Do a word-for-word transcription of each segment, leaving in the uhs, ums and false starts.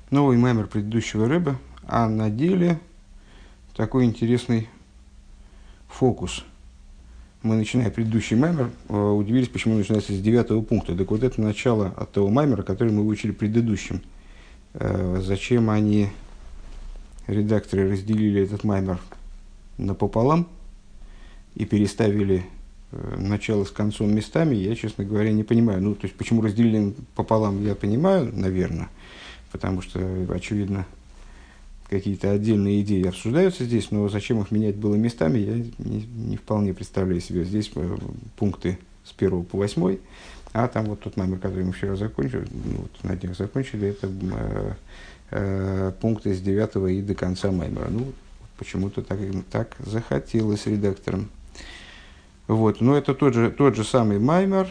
Новый маймер предыдущего рэба, а на деле такой интересный фокус. Мы, начиная предыдущий маймер, удивились, почему он начинается с девятого пункта. Так вот, это начало от того маймера, который мы выучили предыдущим. Зачем они, редакторы, разделили этот маймер напополам и переставили начало с концом местами, я, честно говоря, не понимаю. Ну, то есть, почему разделили пополам, я понимаю, наверное, потому что, очевидно, какие-то отдельные идеи обсуждаются здесь, но зачем их менять было местами, я не, не вполне представляю себе. Здесь пункты с первого по восьмой, а там вот тот маймер, который мы вчера закончили, ну, вот на днях закончили, это э, э, пункты с девятого и до конца маймера. Ну, почему-то так, так захотелось редакторам. Вот, но это тот же, тот же самый маймер,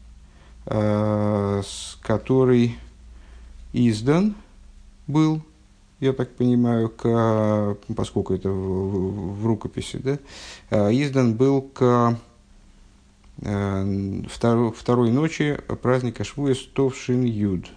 э, с, который издан был, я так понимаю, к, поскольку это в, в, в рукописи, да, э, издан был к э, второй, второй ночи праздника Швуэс Тов Шин Юд.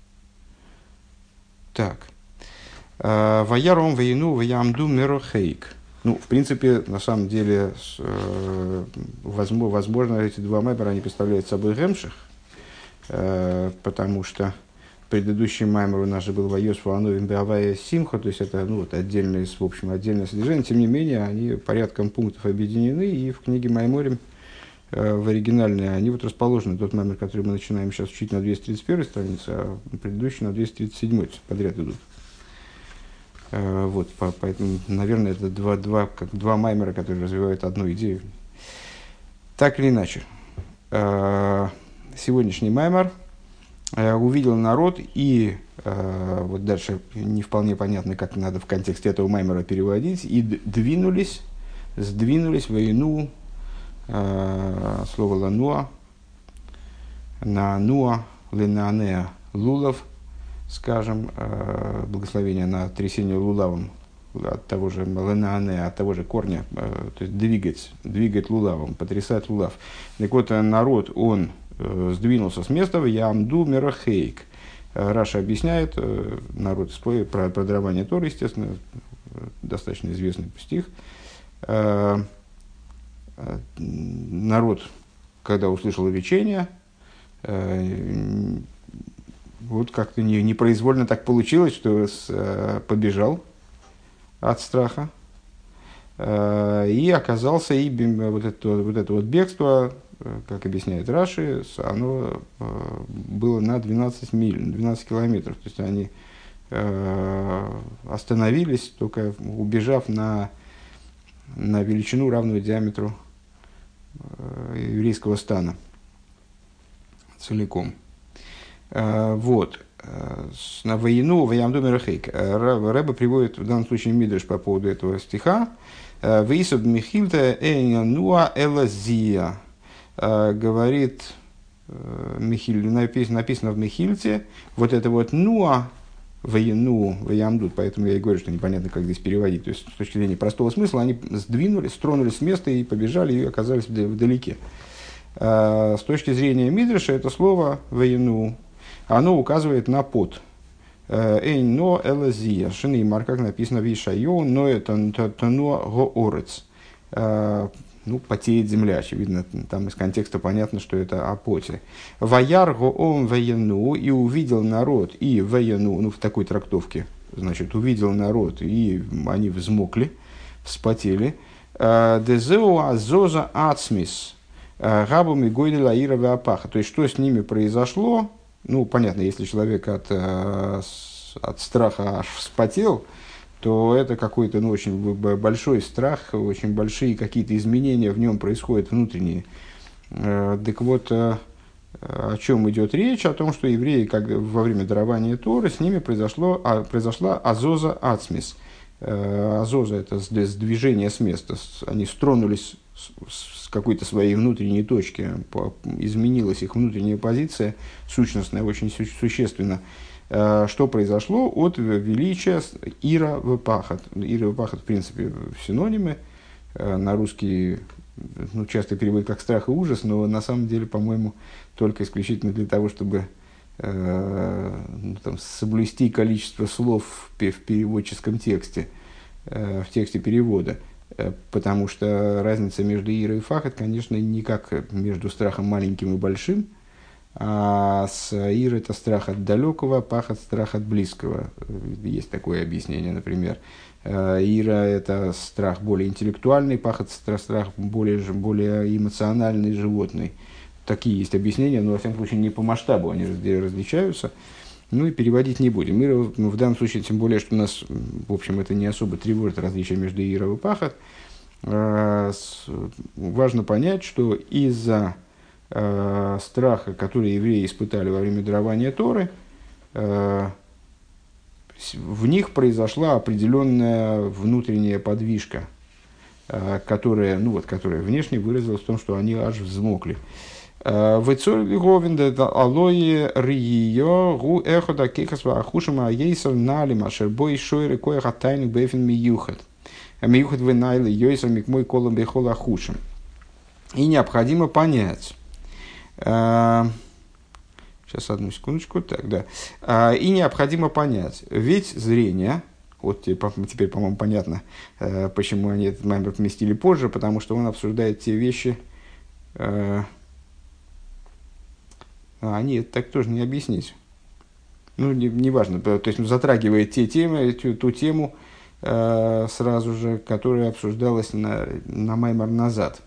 Так. Ваяром вейну ваямду мерохейк. Ну, в принципе, на самом деле, э, возможно, возможно, эти два маймера, они представляют собой гемших, э, потому что предыдущий маймер у нас же был «Вайос фуановим беавая симха», то есть это, ну, вот, отдельное, в общем, отдельное содержание. Тем не менее, они порядком пунктов объединены, и в книге Майморим, э, в оригинальной, они вот расположены. Тот маймер, который мы начинаем сейчас учить, на двести тридцать первой странице, а предыдущий на двести тридцать седьмой, подряд идут. Вот, поэтому, наверное, это два, два, как два маймера, которые развивают одну идею. Так или иначе, сегодняшний маймер увидел народ, и вот дальше не вполне понятно, как надо в контексте этого маймера переводить, и двинулись, сдвинулись войну, слово лануа, на нуа, ленанеа, лулов, скажем, благословение на трясение лулавом от того же ленане, от того же корня, то есть двигать, двигать лулавом, потрясать лулав. Так вот, народ, он сдвинулся с места в Ямду Мерахейк. Раша объясняет, народ использует про, про дарование Торы, естественно, достаточно известный стих. Народ, когда услышал речение, вот как-то не, непроизвольно так получилось, что с, э, побежал от страха э, и оказался, и вот это вот, это вот бегство, э, как объясняет Раши, оно э, было на двенадцать миль, двенадцать километров. То есть они э, остановились, только убежав на, на величину, равную диаметру э, еврейского стана целиком. Вот. На войну в Ямду Мерахейк. Рэба приводит в данном случае мидраш по поводу этого стиха. Вейсоб Михильта Эйнянуа Элазия. Говорит Михиль, написано, написано в Михильте, вот это вот Нуа Вейну Вейамдут, поэтому я и говорю, что непонятно, как здесь переводить. То есть, с точки зрения простого смысла, они сдвинулись, стронулись с места и побежали, и оказались вдалеке. С точки зрения мидраша, это слово «вейну», оно указывает на пот. «Эйн но элазия». Шинеймар, как написано в Ишайо, но это «но гоорец». Ну, потеет земля, очевидно, там из контекста понятно, что это о поте. «Ваяр гоом вейну», и увидел народ, и вейну, ну, в такой трактовке, значит, увидел народ, и они взмокли, вспотели. «Дезеу азоза ацмис». Габам и Гойли Лаира Веапаха. То есть, что с ними произошло? Ну, понятно, если человек от, от страха аж вспотел, то это какой-то, ну, очень большой страх, очень большие какие-то изменения в нем происходят внутренние. Так вот, о чем идет речь? О том, что евреи, как во время дарования Торы, с ними произошло, произошла азоза ацмис. Азоза – это сдвижение с места. Они стронулись с какой-то своей внутренней точки, изменилась их внутренняя позиция, сущностная, очень существенно. Что произошло от величия ира вепахат. Ира вепахат, в принципе, синонимы. На русский, ну, часто переводят как страх и ужас, но на самом деле, по-моему, только исключительно для того, чтобы э, ну, там, соблюсти количество слов в переводческом тексте, э, в тексте перевода. Потому что разница между ира и фахат, конечно, не как между страхом маленьким и большим, а с ир это страх от далекого, пахат страх от близкого. Есть такое объяснение, например. Ира это страх более интеллектуальный, пахат страх более, более эмоциональный, животный. Такие есть объяснения, но во всяком случае не по масштабу они различаются. Ну и переводить не будем. Ира, в данном случае, тем более, что у нас, в общем, это не особо тревожит различия между ира и пахат. Важно понять, что из-за э, страха, который евреи испытали во время дарования Торы, э, в них произошла определенная внутренняя подвижка, э, которая, ну вот, которая внешне выразилась в том, что они аж взмокли. Вецоль говинда алои риё гу эхода кехасва ахушама ейсер налим ашербой шойры коя хатайник бэфин миюхат. Миюхат венайлы йойсер микмой колом бехола ахушам. И необходимо понять. Сейчас, одну секундочку. Так, да. И необходимо понять. Ведь зрение, вот теперь, теперь по-моему, понятно, почему они этот маймер поместили позже, потому что он обсуждает те вещи. А, нет, так тоже не объяснить. Ну, не, не важно. То есть, ну, затрагивает те темы, ту, ту тему э, сразу же, которая обсуждалась на, на Маймар назад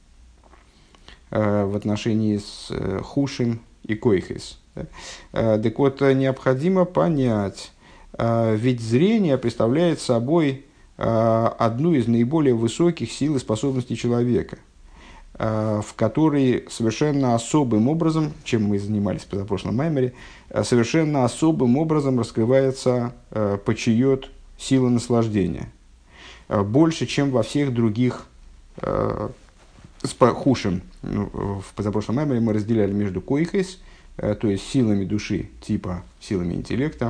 э, в отношении с э, Хушим и Койхис. Э, так вот, необходимо понять, э, ведь зрение представляет собой э, одну из наиболее высоких сил и способностей человека, в которой совершенно особым образом, чем мы занимались в позапрошлом маймере, совершенно особым образом раскрывается почиет сила наслаждения. Больше, чем во всех других хушим. В позапрошлом маймере мы разделяли между койхес, то есть силами души, типа силами интеллекта,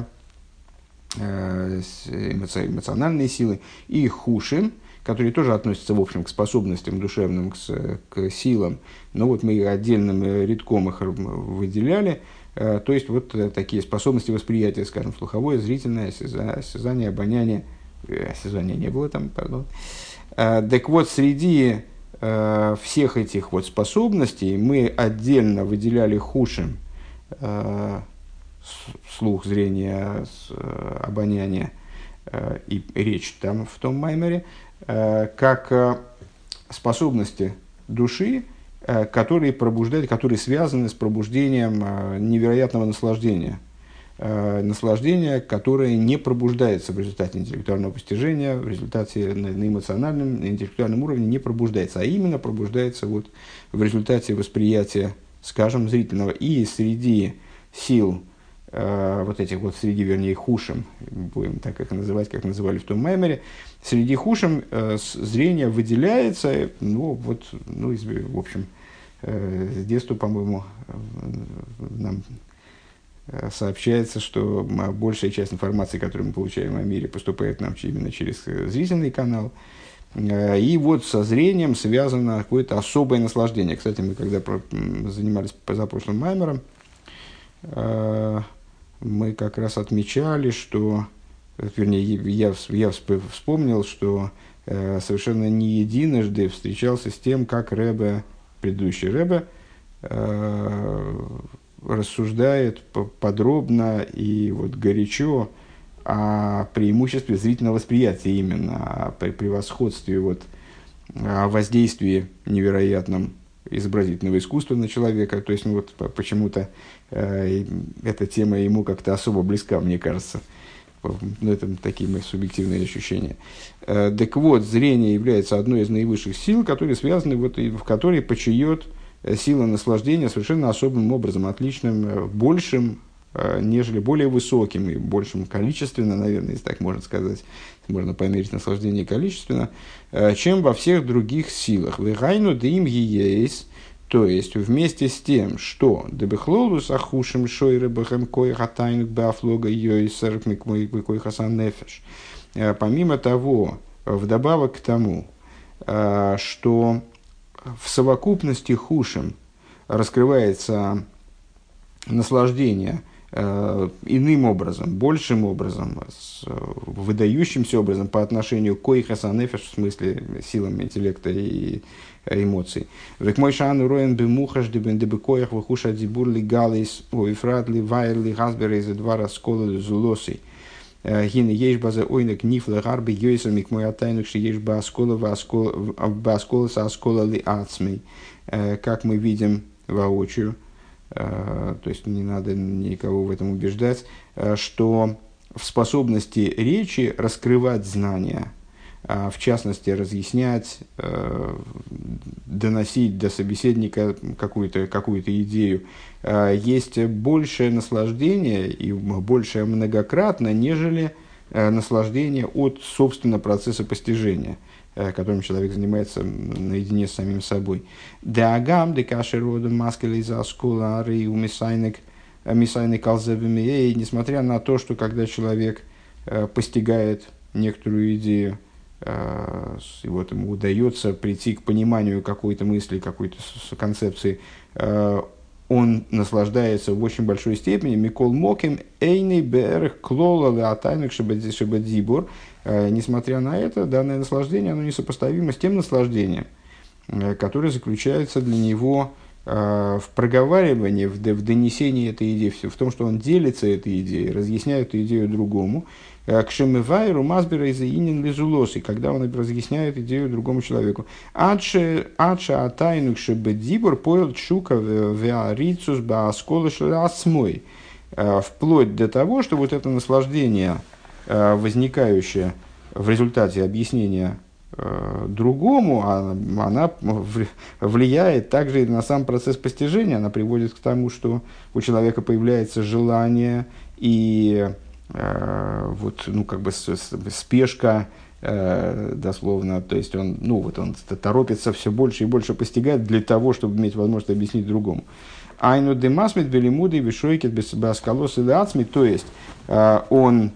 эмоциональные силы, и хушим, которые тоже относятся, в общем, к способностям душевным, к, к силам, но вот мы отдельным рядком их выделяли, то есть вот такие способности восприятия, скажем, слуховое, зрительное, осязание, обоняние, осязания не было там, пардон. Так вот, среди всех этих вот способностей мы отдельно выделяли хушим, слух, зрение, обоняние и речь там в том маймере, как способности души, которые пробуждают, которые связаны с пробуждением невероятного наслаждения. Наслаждение, которое не пробуждается в результате интеллектуального постижения, в результате на, на эмоциональном, на интеллектуальном уровне не пробуждается, а именно пробуждается вот в результате восприятия, скажем, зрительного. И среди сил, вот этих вот, среди, вернее, хушим, будем так их называть, как называли в том маймере, среди хушим э, зрение выделяется, ну, вот, ну, из, в общем, э, с детства, по-моему, э, нам э, сообщается, что большая часть информации, которую мы получаем о мире, поступает нам именно через зрительный канал. Э, и вот со зрением связано какое-то особое наслаждение. Кстати, мы когда про, занимались позапрошлым маймером, э, мы как раз отмечали, что, вернее, я, я вспомнил, что э, совершенно не единожды встречался с тем, как Ребе, предыдущий Ребе, э, рассуждает подробно и вот горячо о преимуществе зрительного восприятия именно, о превосходстве, вот, о воздействии невероятном изобразительного искусства на человека. То есть, ну, вот почему-то э, эта тема ему как-то особо близка, мне кажется. Ну, это такие мои субъективные ощущения. Э, так вот, зрение является одной из наивысших сил, которые связаны, вот, и в которой почиет сила наслаждения совершенно особым образом, отличным, большим, э, нежели более высоким и большим количественно, наверное, если так можно сказать, можно померить наслаждение количественно, чем во всех других силах. Вегайну да им ейс, то есть вместе с тем, что дебехлолус ахушим шойры бэхэм кой хатайнук бэафлога йойсэр микмой кой хасан нефеш. Помимо того, вдобавок к тому, что в совокупности хушим раскрывается наслаждение, иным образом, большим образом, с выдающимся образом по отношению к коихас анефеш, в смысле силам интеллекта и эмоций. Век мой шану роен бемухаш дебен дебекоях вахуша дибур ли галис оифрат ли вайр ли газбер из два раскола зулоси. Гин ешь база ойнек нифла гарби йойса мик мой атайнук ши ешь бааскола бааскола са аскола ли ацмей. Как мы видим воочию, то есть не надо никого в этом убеждать, что в способности речи раскрывать знания, в частности, разъяснять, доносить до собеседника какую-то, какую-то идею, есть большее наслаждение и большее многократно, нежели наслаждение от, собственно, процесса постижения, которым человек занимается наедине с самим собой. Дагам декашеродом маскали за скулары у мисайник мисайник алзебемей, несмотря на то, что когда человек постигает некоторую идею, и вот ему удается прийти к пониманию какой-то мысли, какой-то концепции, он наслаждается в очень большой степени. Микол моким эйный берег клола леатайнук шебедзибур. Несмотря на это, данное наслаждение, оно несопоставимо с тем наслаждением, которое заключается для него в проговаривании, в донесении этой идеи, в том, что он делится этой идеей, разъясняет эту идею другому. К шемевайру мазбера из инин лизулоси, когда он разъясняет идею другому человеку. Адше атайнук шебедзибур поел чука веарицус баасколыш ласмой. Вплоть до того, что вот это наслаждение, возникающее в результате объяснения другому, она влияет также и на сам процесс постижения. Она приводит к тому, что у человека появляется желание и вот, ну, как бы спешка, дословно, то есть он, ну, вот он торопится все больше и больше постигать для того, чтобы иметь возможность объяснить другому. Айну демасмит белимуды вишойкет баскалос или ацмит, то есть он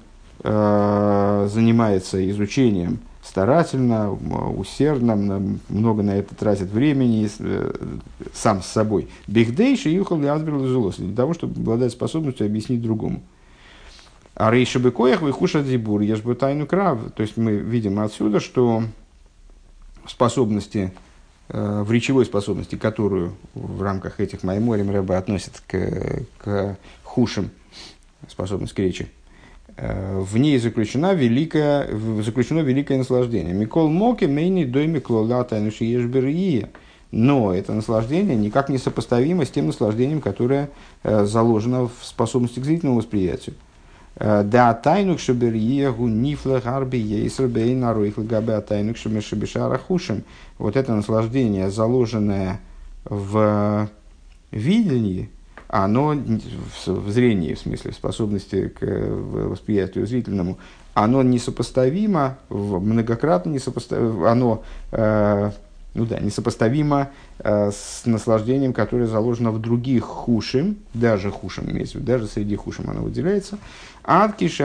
занимается изучением старательно, усердно, много на это тратит времени, сам с собой. Бигдейши юхал язбер лизулос, для того, чтобы обладать способностью объяснить другому. А рейши бекоях выхуша дибур, ешь бы тайну крав. То есть мы видим отсюда, что способности, в речевой способности, которую в рамках этих майморим Рэбе относят к, к хушам, способность к речи, в ней заключено великое, заключено великое наслаждение. Микол моки мейни дойми клола тайнуши ешберии. Но это наслаждение никак не сопоставимо с тем наслаждением, которое заложено в способности к зрительному восприятию. Да тайнук шеберии гу нифла гарби ейсер бейн аруихл габе тайнук шебешара хушим. Вот это наслаждение, заложенное в видении, оно в зрении, в смысле, в способности к восприятию зрительному, оно несопоставимо, многократно несопоставимо, оно э, ну да, несопоставимо э, с наслаждением, которое заложено в других хушим, даже хушим, имеется в виду, даже среди хушим оно выделяется. Вплоть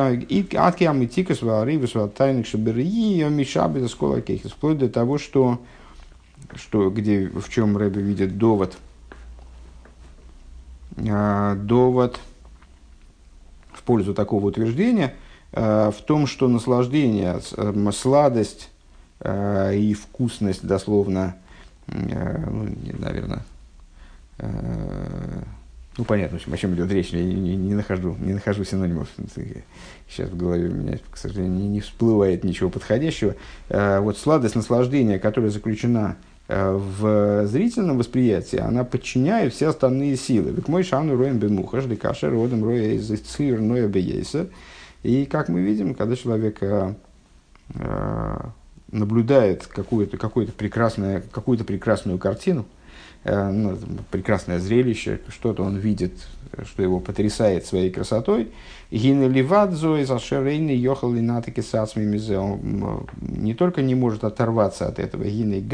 до того, что, что где, в чем Рэбе видит довод, довод в пользу такого утверждения в том, что наслаждение, сладость и вкусность, дословно, ну, наверное, ну, понятно, о чем идет речь, я не, не, не, нахожу, не нахожу синонимов. Сейчас в голове у меня, к сожалению, не, не всплывает ничего подходящего. Вот сладость наслаждения, которая заключена в зрительном восприятии, она подчиняет все остальные силы. Век мой шану роем бемухаш, декашер родом роя из цир ноя бейса. И как мы видим, когда человек наблюдает какую-то, какую-то прекрасную, какую-то прекрасную картину, ну, прекрасное зрелище, что-то он видит, что его потрясает своей красотой. Он не только не может оторваться от этого,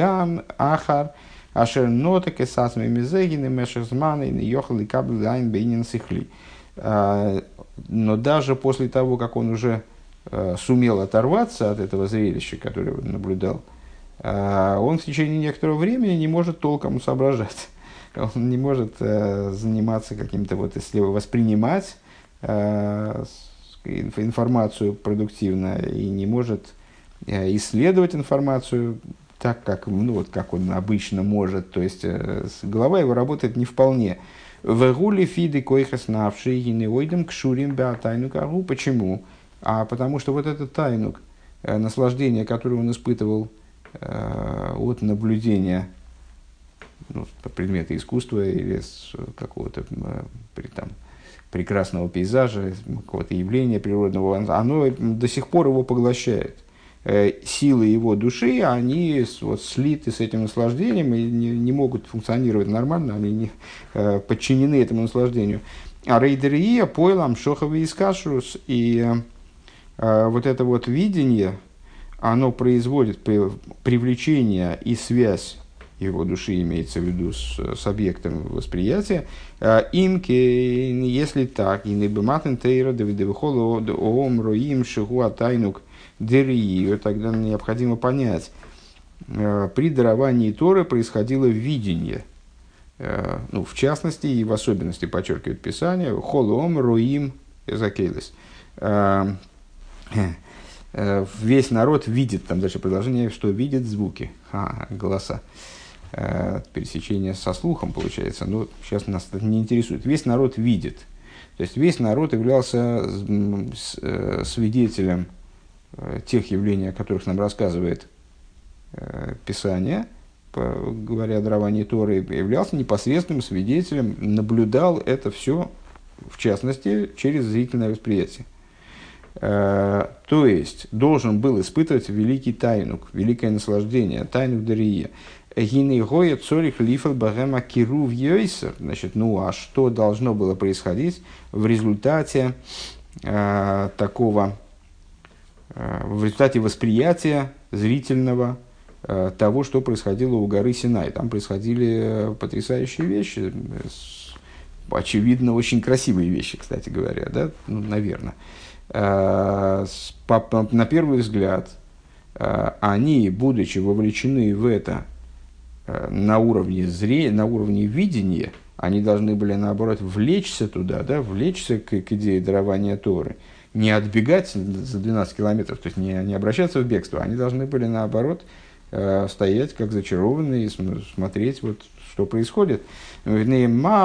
но даже после того, как он уже сумел оторваться от этого зрелища, которое он наблюдал, он в течение некоторого времени не может толком соображать. Он не может заниматься каким-то, вот, если воспринимать э, информацию продуктивно и не может э, исследовать информацию так, как, ну, вот, как он обычно может. То есть э, голова его работает не вполне. Вегули фиды койхас навши и не ойдем к шурим бя тайнук агу. Почему? А потому что вот этот тайнук, э, наслаждение, которое он испытывал э, от наблюдения, ну, предмета искусства или с какого-то э, там, прекрасного пейзажа, какого-то явления природного, оно до сих пор его поглощает. Э, силы его души, они вот, слиты с этим наслаждением и не, не могут функционировать нормально, они не э, подчинены этому наслаждению. А рейдерия пойлам шоховый искашрус, и э, вот это вот видение, оно производит привлечение и связь его души, имеется в виду с, с объектом восприятия. Имки, если так, и не бематен тейра давидевихоло оом роим шигуа тайнук дерии, тогда необходимо понять, при даровании Торы происходило видение. Ну, в частности и в особенности, подчеркивает Писание, холом роим закейлес. Весь народ видит, там дальше предложение, что видит звуки, а, голоса. Пересечение со слухом получается, но сейчас нас это не интересует. Весь народ видит. То есть весь народ являлся свидетелем тех явлений, о которых нам рассказывает Писание, говоря о даровании Торы, являлся непосредственным свидетелем, наблюдал это все, в частности, через зрительное восприятие. То есть должен был испытывать великий тайнук, великое наслаждение, тайнук дария. Значит, ну а что должно было происходить в результате э, такого, э, в результате восприятия зрительного э, того, что происходило у горы Синай. Там происходили потрясающие вещи, очевидно, очень красивые вещи, кстати говоря, да? Ну, наверное. Э, по, на первый взгляд, э, они, будучи вовлечены в это, на уровне зрения, на уровне видения, они должны были, наоборот, влечься туда, да, влечься к, к идее дарования Торы. Не отбегать за двенадцать километров, то есть не, не обращаться в бегство. Они должны были, наоборот, э, стоять как зачарованные и смотреть, вот, что происходит. Ну и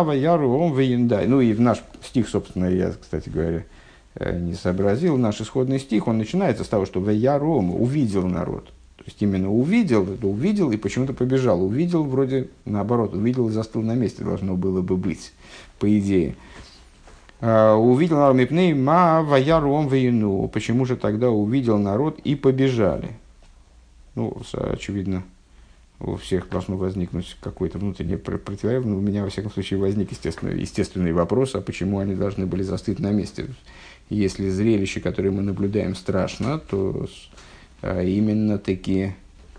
в наш стих, собственно, я, кстати говоря, не сообразил, наш исходный стих, он начинается с того, что «Ваяром» увидел народ. То есть именно увидел, это увидел и почему-то побежал. Увидел вроде наоборот, увидел и застыл на месте, должно было бы быть, по идее. Uh, увидел народ мипней ма ваяром вейну. Почему же тогда увидел народ и побежали? Ну, очевидно, у всех должно возникнуть какой-то внутренний противоречие. У меня, во всяком случае, возник естественный, естественный вопрос, а почему они должны были застыть на месте? Если зрелище, которое мы наблюдаем, страшно, то именно таки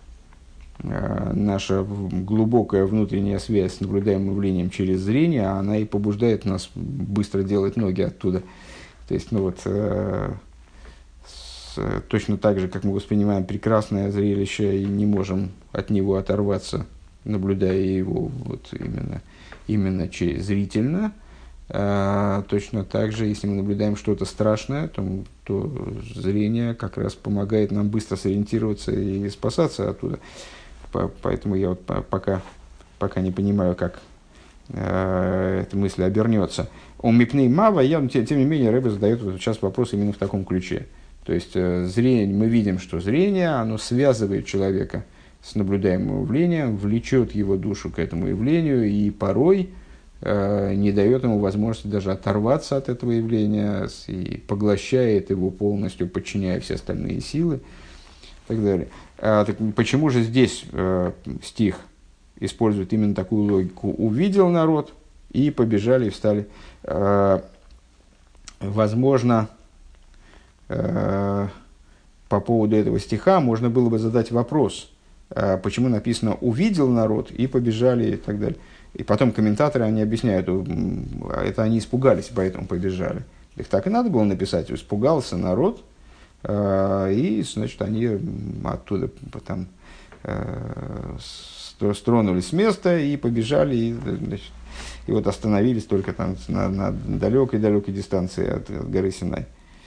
наша глубокая внутренняя связь с наблюдаемым явлением через зрение, она и побуждает нас быстро делать ноги оттуда. То есть, ну вот, э, с, точно так же, как мы воспринимаем прекрасное зрелище и не можем от него оторваться, наблюдая его вот именно, именно через, зрительно, э, точно так же, если мы наблюдаем что-то страшное, то, то зрение как раз помогает нам быстро сориентироваться и спасаться оттуда. Поэтому я вот пока, пока не понимаю, как э, эта мысль обернется. У мипней мава, я, тем, тем не менее, Рэбе задает вот сейчас вопрос именно в таком ключе. То есть, э, зрение, мы видим, что зрение, оно связывает человека с наблюдаемым явлением, влечет его душу к этому явлению и порой э, не дает ему возможности даже оторваться от этого явления и поглощает его полностью, подчиняя все остальные силы и так далее. А, так почему же здесь э, стих использует именно такую логику? Увидел народ и побежали и встали. Э, возможно, э, по поводу этого стиха можно было бы задать вопрос, э, почему написано «увидел народ и побежали» и так далее. И потом комментаторы, они объясняют, это они испугались, поэтому побежали. Их так и надо было написать, испугался народ, и, значит, они оттуда там стронулись с места и побежали. И, значит, и вот остановились только там на, на далекой-далекой дистанции от, от горы Синай.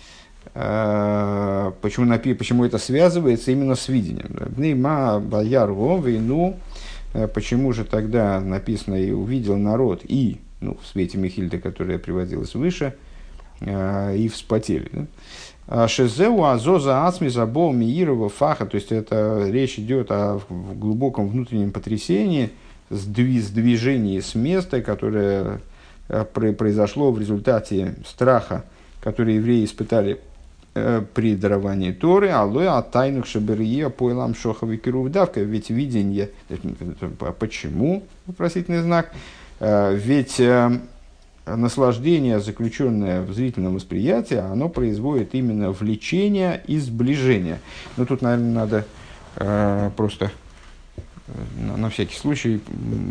А, почему, напи, почему это связывается именно с видением? Нейма Баяр Вейну. Почему же тогда написано «и увидел народ» и, ну, в свете Мехильды, которая приводилась выше, и вспотели. Шезеу азоза ацмиза бо миирова фаха, то есть это речь идет о глубоком внутреннем потрясении, сдвижении с места, которое произошло в результате страха, который евреи испытали при даровании Торы, алоэ от тайнух шаберия поэлам шоховый кирувдавка, ведь видение, почему, вопросительный знак, ведь наслаждение, заключенное в зрительном восприятии, оно производит именно влечение и сближение. Но тут, наверное, надо э, просто э, на, на всякий случай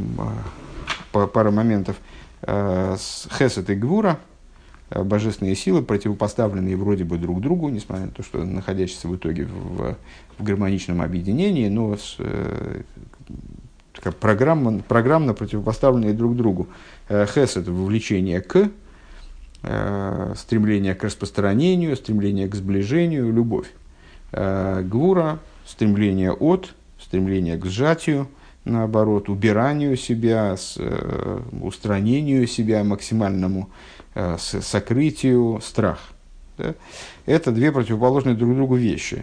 э, пару моментов. Э, Хесед и Гвура, э, божественные силы, противопоставленные вроде бы друг другу, несмотря на то, что находящиеся в итоге в, в гармоничном объединении, но с, э, программно, программно противопоставленные друг другу. Хесед – влечение к, стремление к распространению, стремление к сближению, любовь. Гвура – стремление от, стремление к сжатию, наоборот, убиранию себя, устранению себя, максимальному сокрытию, страх. Это две противоположные друг другу вещи.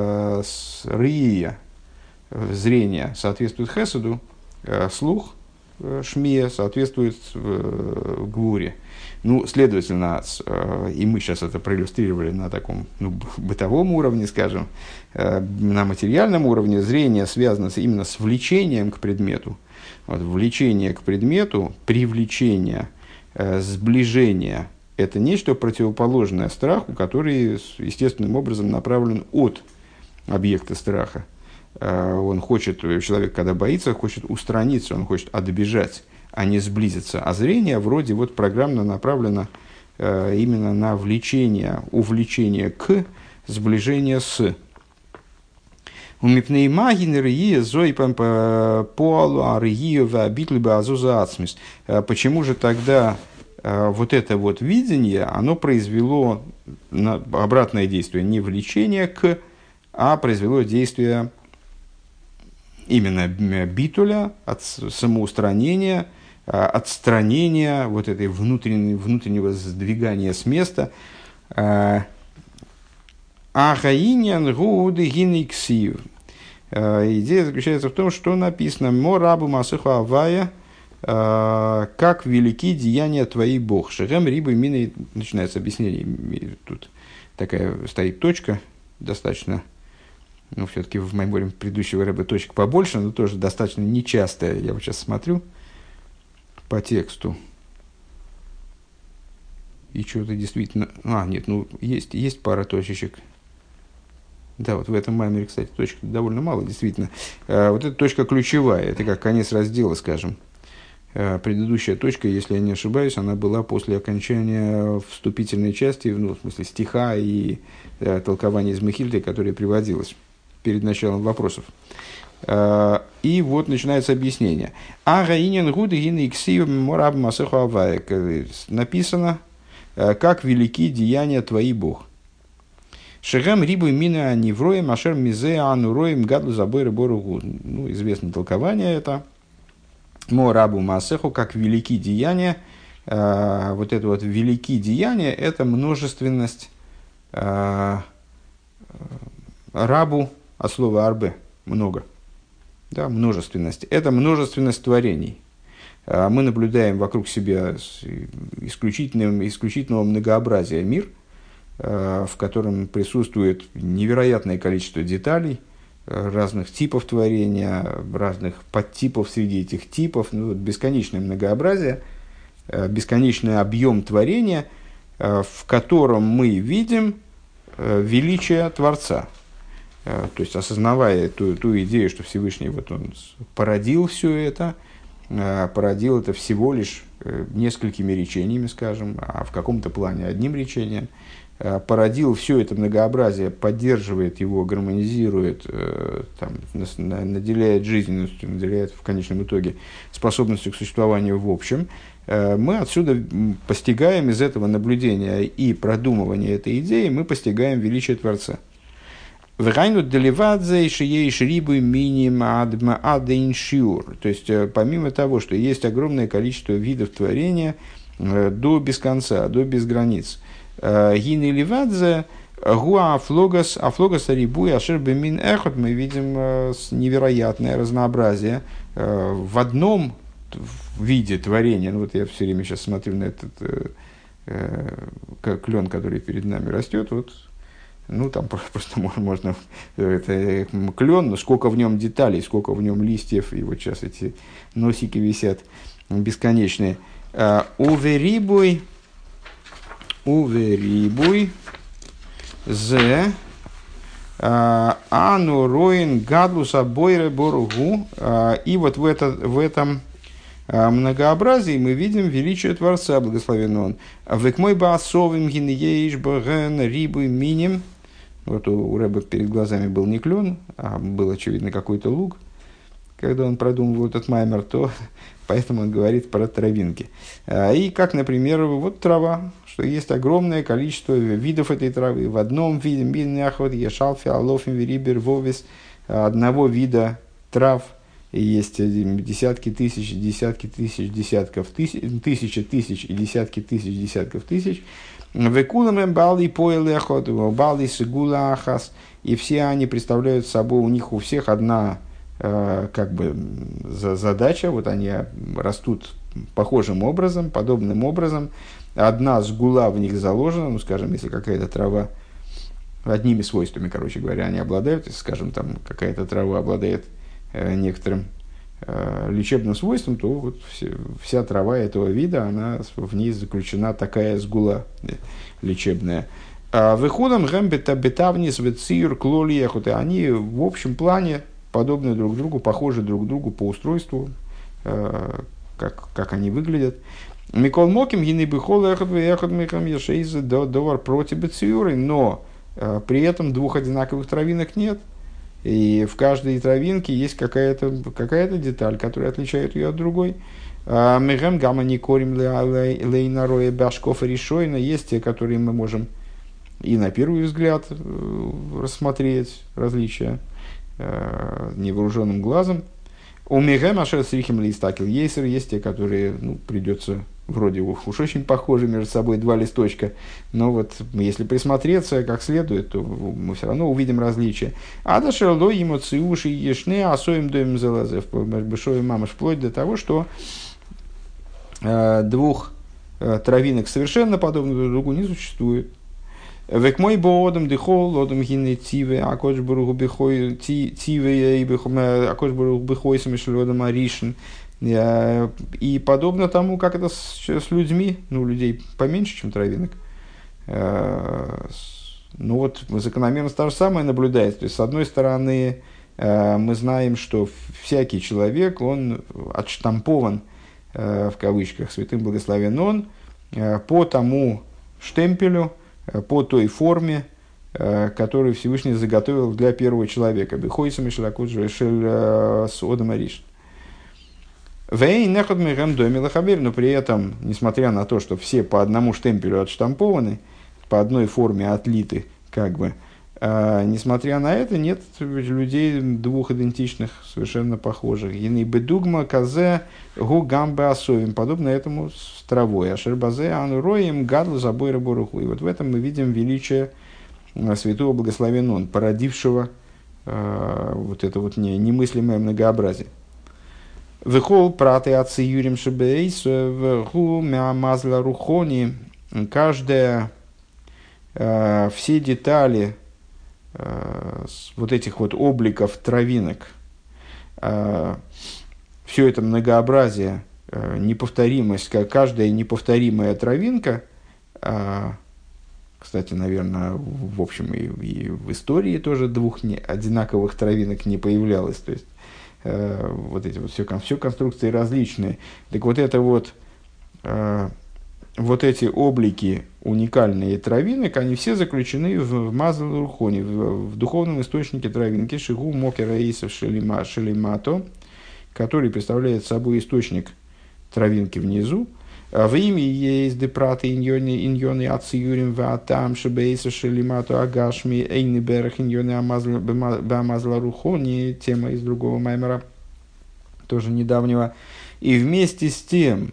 Рия, зрение, соответствует хеседу, слух, шмия, соответствует гвуре. Ну, следовательно, и мы сейчас это проиллюстрировали на таком, ну, бытовом уровне, скажем, на материальном уровне, зрение связано именно с влечением к предмету. Вот, влечение к предмету, привлечение, сближение – это нечто противоположное страху, который естественным образом направлен от объекта страха. Он хочет, человек, когда боится, хочет устраниться, он хочет отбежать, а не сблизиться. А зрение вроде вот программно направлено э, именно на влечение, увлечение к, сближение с. Почему же тогда э, вот это вот видение, оно произвело обратное действие, не влечение к, а произвело действие именно битуля, от самоустранения, отстранения, вот этой внутреннего, внутреннего сдвигания с места. Ахаинян гуды гиниксив. Идея заключается в том, что написано «Мо рабу масыху авая, как велики деяния твои, Бог». Шехем рибы мины, начинается объяснение. Тут такая стоит точка, достаточно. Ну, все-таки в майморе предыдущего рэба точек побольше, но тоже достаточно нечастая. Я вот сейчас смотрю по тексту. И что-то действительно... А, нет, ну, есть, есть пара точечек. Да, вот в этом маймере, кстати, точек довольно мало, действительно. А, вот эта точка ключевая. Это как конец раздела, скажем. А, предыдущая точка, если я не ошибаюсь, она была после окончания вступительной части, ну, в смысле стиха и а, толкования из Мехильды, которое приводилось перед началом вопросов. И вот начинается объяснение. Написано, как велики деяния твои, Бог. Шехем рибу мина невроем ашер мизе ануроем гадлу забойры боругу. Ну, известное толкование это. Мо рабу масеху, как велики деяния. Вот это вот велики деяния, это множественность рабу, от слова арбе, много. Да, множественность. Это множественность творений. Мы наблюдаем вокруг себя исключительного, исключительного многообразия мир, в котором присутствует невероятное количество деталей, разных типов творения, разных подтипов среди этих типов, ну, бесконечное многообразие, бесконечный объем творения, в котором мы видим величие Творца. То есть, осознавая ту, ту идею, что Всевышний вот он породил все это, породил это всего лишь несколькими речениями, скажем, а в каком-то плане одним речением, породил все это многообразие, поддерживает его, гармонизирует, там, наделяет жизненностью, наделяет в конечном итоге способностью к существованию в общем, мы отсюда постигаем из этого наблюдения и продумывания этой идеи, мы постигаем величие Творца. То есть, помимо того, что есть огромное количество видов творения до без конца, до без границ, Гины Ливадзе, Гуа Афлогас, Афлогас Арибуй, Ашер Бемин Эхот, мы видим невероятное разнообразие в одном виде творения. Ну, вот я все время сейчас смотрю на этот э, как клен, который перед нами растет. Вот, ну, там просто можно... Это клен, но сколько в нем деталей, сколько в нем листьев, и вот сейчас эти носики висят бесконечные. Уверибуй, уверибуй, зе, ану роин гадлуса бойре боругу. И вот в, это, в этом многообразии мы видим величие Творца, благословен Он. Век мой баасовым гинееш бген рибу миним. Вот у, у Рэба перед глазами был не клен, а был, очевидно, какой-то луг. Когда он продумывал этот маймер, то поэтому он говорит про травинки. И как, например, вот трава, что есть огромное количество видов этой травы. В одном виде миняхот ешалфи алофим верибер вовис одного вида трав есть десятки тысяч, десятки тысяч, десятков тысяч, тысячи тысяч и десятки тысяч, десятков тысяч. Векулам бали поэлехот, бали сигулахас, и все они представляют собой, у них у всех одна как бы задача, вот они растут похожим образом, подобным образом. Одна сгула в них заложена, ну, скажем, если какая-то трава, одними свойствами, короче говоря, они обладают, если, скажем, там какая-то трава обладает э, некоторым э, лечебным свойством, то вот все, вся трава этого вида, она, в ней заключена такая сгула э, лечебная. Выходом гэмбета бетавнис вецир клолиехуты, они в общем плане подобны друг другу, похожи друг другу по устройству, э, как, как они выглядят. Микол Моким, гины бихол эхот вехот микам ешейз довар против бециюры, но э, при этом двух одинаковых травинок нет. И в каждой травинке есть какая-то, какая-то деталь, которая отличает ее от другой. Мегам гамма не корим лейнароя башков и решойна. Есть те, которые мы можем и на первый взгляд рассмотреть различия невооруженным глазом. У Мегам ашер срихим листакил ейсер, есть те, которые, ну, придется, вроде уж очень похожи между собой два листочка, но вот если присмотреться как следует, то мы все равно увидим различия. А дашер ло ему циуши ешне асоим доим залазев большой мамаш, вплоть до того, что э, двух э, травинок совершенно подобных друг другу не существует. Век мой боодам дыхол, лодам гинны тиве, а коч барух бихой тиве, а коч барух бихой самишлодам аришин. И подобно тому, как это с, с людьми, ну, людей поменьше, чем травинок. Ну вот, закономерно то же самое наблюдается. То есть, с одной стороны, мы знаем, что всякий человек, он отштампован, в кавычках, святым благословен он, по тому штемпелю, по той форме, которую Всевышний заготовил для первого человека. Бехойсам и шелакуджу шель с одам ариш. Вей нехот мегам доми лахабель, но при этом, несмотря на то, что все по одному штемпелю отштампованы, по одной форме отлиты, как бы, а, несмотря на это, нет людей двух идентичных, совершенно похожих. Ины бедугма казе гу гамбе асовим, подобно этому с травой. Ашербазе ану роем гадл забой раборуху. И вот в этом мы видим величие святого благословен он, породившего а, вот это вот не, немыслимое многообразие. Вехол праты отцы юрим шебейс веху мямазла рухони. Каждая, а, все детали вот этих вот обликов травинок, все это многообразие, неповторимость, каждая неповторимая травинка, кстати, наверное, в общем и, и в истории тоже двух не, одинаковых травинок не появлялось, то есть вот эти вот все, все конструкции различные. Так вот это вот вот эти облики уникальные травинок, они все заключены в, в Мазал Рухоне, в, в духовном источнике травинки, Шигу Мокера Исов Шелима, Шелимато, который представляет собой источник травинки внизу. В имя есть депраты иньоны иньоны ациюрим ваатам шебейса шелимато агашми эйны берах иньоны амазла рухони, тема из другого маймера, тоже недавнего. И вместе с тем,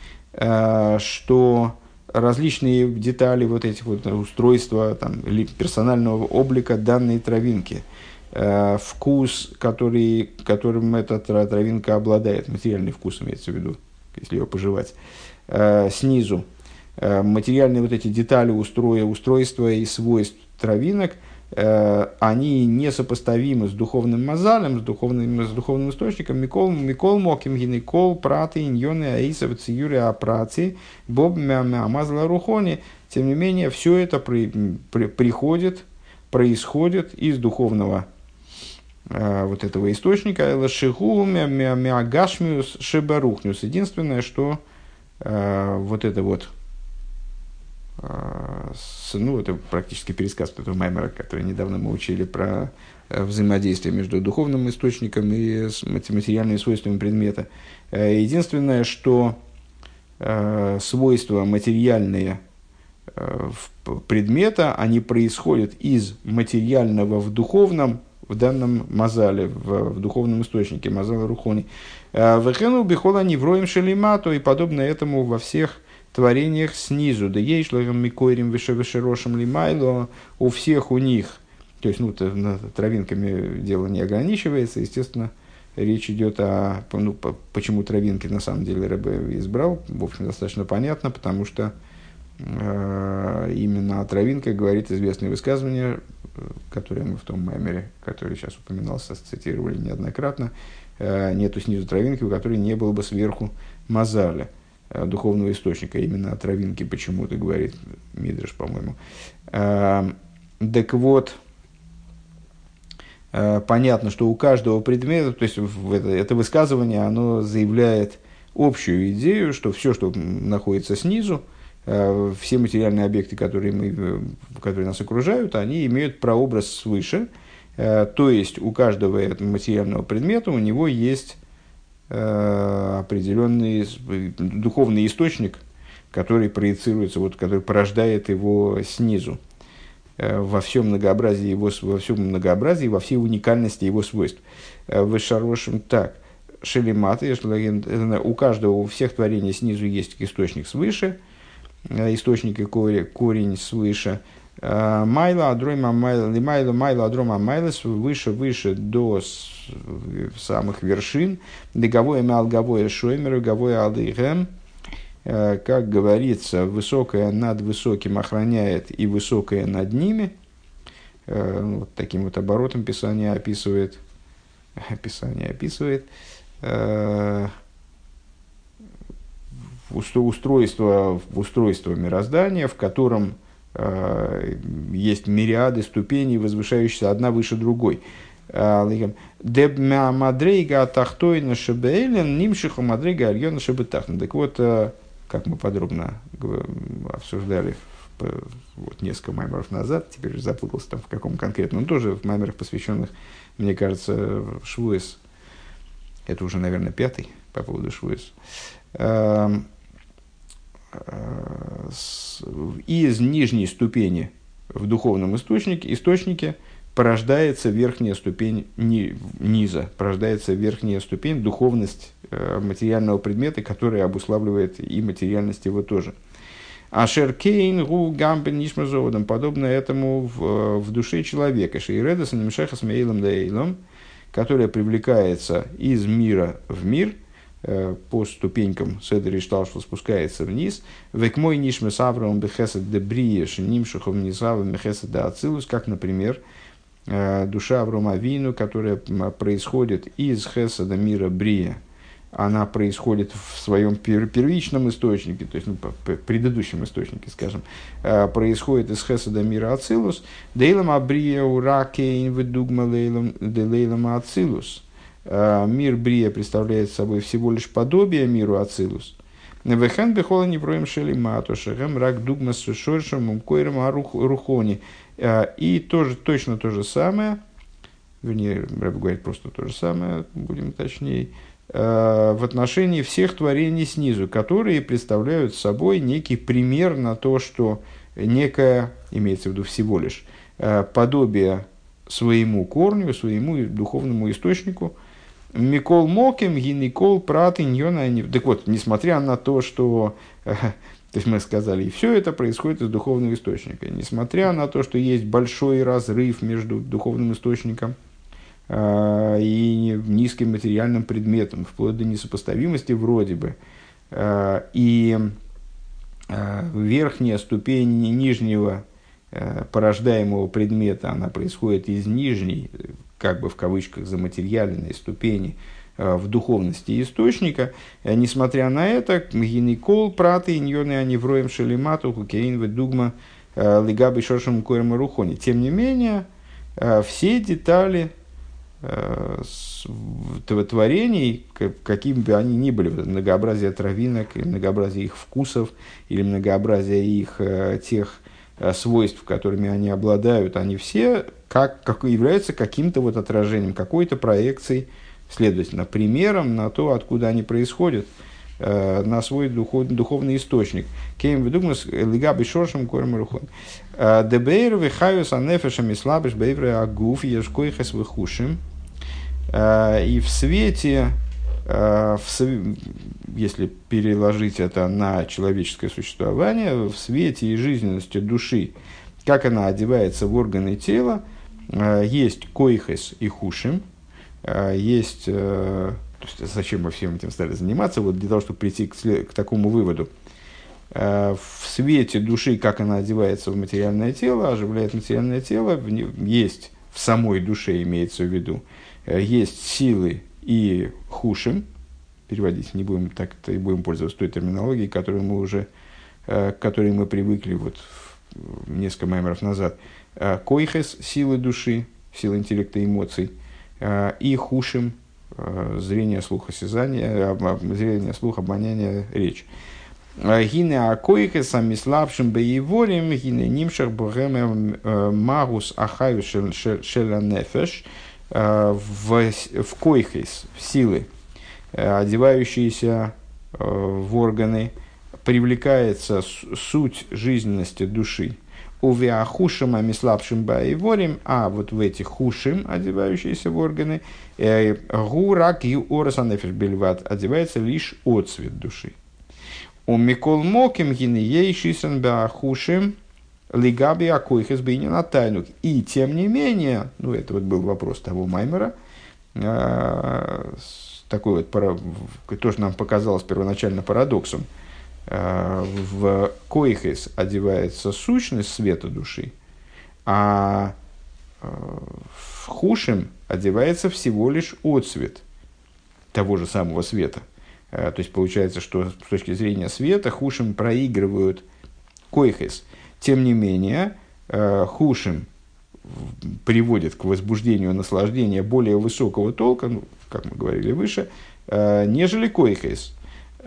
что различные детали вот этих вот устройства там, или персонального облика данной травинки, вкус, который, которым эта травинка обладает, материальный вкус имеется в виду, если ее пожевать, снизу, материальные вот эти детали устроя, устройства и свойств травинок, они несопоставимы с духовным мазалем, с духовным, с духовным источником. Микол, микол моким гинекол, праты, иньоны, аисов, циюри, апрати, боб, мямазла, рухони. Тем не менее, все это при, при, приходит, происходит из духовного э, вот этого источника. Элашигу, мягашмиус, шебарухнюс. Единственное, что э, вот это вот, ну, это практически пересказ этого маймера, который недавно мы учили про взаимодействие между духовным источником и материальными свойствами предмета. Единственное, что свойства материальные предмета, они происходят из материального в духовном, в данном мазале, в, в духовном источнике, мазала рухони. Вехену бихола невроем шелимато, и подобно этому во всех творениях снизу, да ей шлогом микойрим вешевешерошем лимайло, у всех у них, то есть, ну, травинками дело не ограничивается, естественно, речь идет о, ну, почему травинки на самом деле Ребе избрал, в общем, достаточно понятно, потому что э, именно о травинках говорит известное высказывание, которое мы в том маймере, который сейчас упоминался, цитировали неоднократно, э, нету снизу травинки, у которой не было бы сверху мазаля, духовного источника, именно о травинке почему-то говорит Мидраш, по-моему. Э, так вот, э, понятно, что у каждого предмета, то есть это, это высказывание, оно заявляет общую идею, что все, что находится снизу, э, все материальные объекты, которые, мы, которые нас окружают, они имеют прообраз свыше, э, то есть у каждого этого материального предмета у него есть определенный духовный источник, который проецируется, вот, который порождает его снизу, во всем многообразии его, во всем многообразии, во всей уникальности его свойств. Вышарошим так, шелематы, у каждого, у всех творений снизу есть источник свыше, источник и корень свыше. Майла, адрома, майла, майла, майла, адрома, майлас, выше, выше до самых вершин, деговое малговое шоймер, говое алдейхем, как говорится, высокое над высоким охраняет и высокое над ними. Вот таким вот оборотом Писание описывает, Писание описывает устройство, устройство мироздания, в котором есть мириады ступеней, возвышающиеся одна выше другой. Дебмя мадрейга тахтойна шебейлен нимшиха мадрейга альона шебетахна. Так вот, как мы подробно обсуждали вот, несколько маймеров назад, теперь уже запутался там в каком конкретном, но тоже в маймерах, посвященных, мне кажется, Швуэс. Это уже, наверное, пятый по поводу Швуэс. Из нижней ступени в духовном источнике, источнике порождается верхняя ступень ни, низа, порождается верхняя ступень, духовность э, материального предмета, которая обуславливает и материальность его тоже. Ашер кейн гу гамбен нишмазоводом, подобно этому в, в душе человека, шейредас немшехас мейлом дейлом, которая привлекается из мира в мир, по ступенькам Седер Ишталшл спускается вниз. Век мой нишме савром бехесед дебриеш нимшухом низавым бехесед да ацилус, как, например, душа Аврома Авину, которая происходит из хеседа мира брия, она происходит в своем первичном источнике, то есть ну, предыдущем источнике, скажем, происходит из хеседа мира ацилус. Дейлам абрия уракейн ведугма дейлам ацилус. Мир Брия представляет собой всего лишь подобие миру Ацилус. Вехен бихола не проем шели матуша, гем рак дугмас шоршем умкойрем арухони. И тоже, точно то же самое, вернее, Рэб говорит просто то же самое, будем точнее, в отношении всех творений снизу, которые представляют собой некий пример на то, что некое, имеется в виду всего лишь, подобие своему корню, своему духовному источнику. Микол Моким, Гиникол, Прат, Иньона. Так вот, несмотря на то, что, то есть мы сказали, и все это происходит из духовного источника, несмотря на то, что есть большой разрыв между духовным источником э, и низким материальным предметом, вплоть до несопоставимости вроде бы, э, и э, верхняя ступень нижнего порождаемого предмета, она происходит из нижней, как бы в кавычках, заматериальной ступени в духовности источника. Несмотря на это, гинекол, праты, иньоны, они вроем шелемату, хукейн, ведугма, лигабы, шоршем, койрем, рухони. Тем не менее, все детали творений, какими бы они ни были, многообразие травинок, многообразие их вкусов, или многообразие их тех свойств, которыми они обладают, они все как, как являются каким-то вот отражением, какой-то проекцией, следовательно, примером на то, откуда они происходят, э, на свой духов, духовный источник. Кейм ведугмас лигаби шоршем корем рухон. Дебейр вихаюс анефешем и слабиш бейвре агуф ешкойхес вихушим. И в свете, в, если переложить это на человеческое существование, в свете и жизненности души, как она одевается в органы тела, есть койхес и хушим, есть, то есть, зачем мы всем этим стали заниматься, вот для того, чтобы прийти к, к такому выводу. В свете души, как она одевается в материальное тело, оживляет материальное тело, есть в самой душе, имеется в виду, есть силы и хушим, переводить не будем, так и будем пользоваться той терминологией, которую мы уже, к которой мы привыкли вот несколько маймеров назад. Койхес – силы души, силы интеллекта и эмоций, и хушим – зрение, слух, осязание, зрение, слух, обоняние, речь. Гине акойхес амислабшим бееворим, гине нимшах богеме магус ахаю шеланефеш. В, в койхес, в силы, одевающиеся в органы, привлекается суть жизненности души. Увеахушим амислабшим баеворим, а вот в этих хушим, одевающиеся в органы, гурак и орасанефеш бельват, одевается лишь отцвет души. У микол моким гинеей шисен беахушим лигаби акойхес бейнин атайнук. И тем не менее, ну это вот был вопрос того маймера, э, такой вот, тоже нам показалось первоначально парадоксом. Э, в койхес одевается сущность света души, а э, в хушим одевается всего лишь отцвет того же самого света. Э, то есть получается, что с точки зрения света хушим проигрывают койхес. Тем не менее, хушим приводит к возбуждению наслаждения более высокого толка, ну, как мы говорили выше, нежели койхес.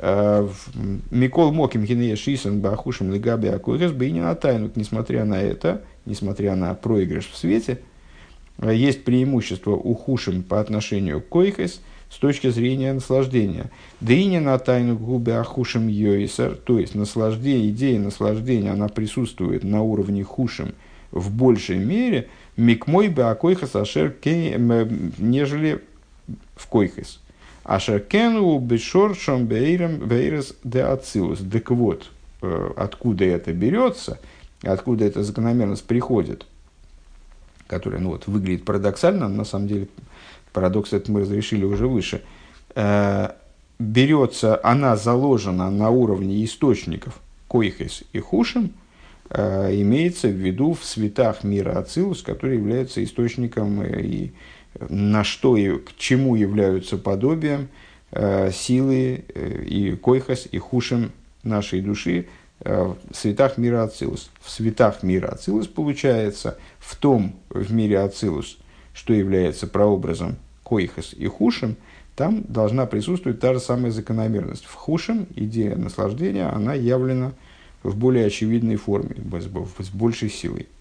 Микол моким гинея шисен бахушим лигаби акойхес бейнин атайнук. Несмотря на это, несмотря на проигрыш в свете, есть преимущество у хушим по отношению к койхес с точки зрения наслаждения. Дыня на тайну губы ахушим йойсер, то есть наслаждение, идея наслаждения, она присутствует на уровне хушим в большей мере, микмой бы акойхас ашер кен, нежели в койхас. Ашер кену бешоршом бейрес де ацилус. Так вот, откуда это берется, откуда эта закономерность приходит, которая, ну, вот, выглядит парадоксально, на самом деле парадокс это мы разрешили уже выше, э, берется, она заложена на уровне источников койхес и хушим, э, имеется в виду в светах мира Ацилус, которые являются источником и на что и к чему являются подобием э, силы э, и койхес и хушим нашей души э, в светах мира Ацилус. В светах мира Ацилус получается в том в мире Ацилус, что является прообразом койхес и хушем, там должна присутствовать та же самая закономерность. В хушем идея наслаждения, она явлена в более очевидной форме, с большей силой.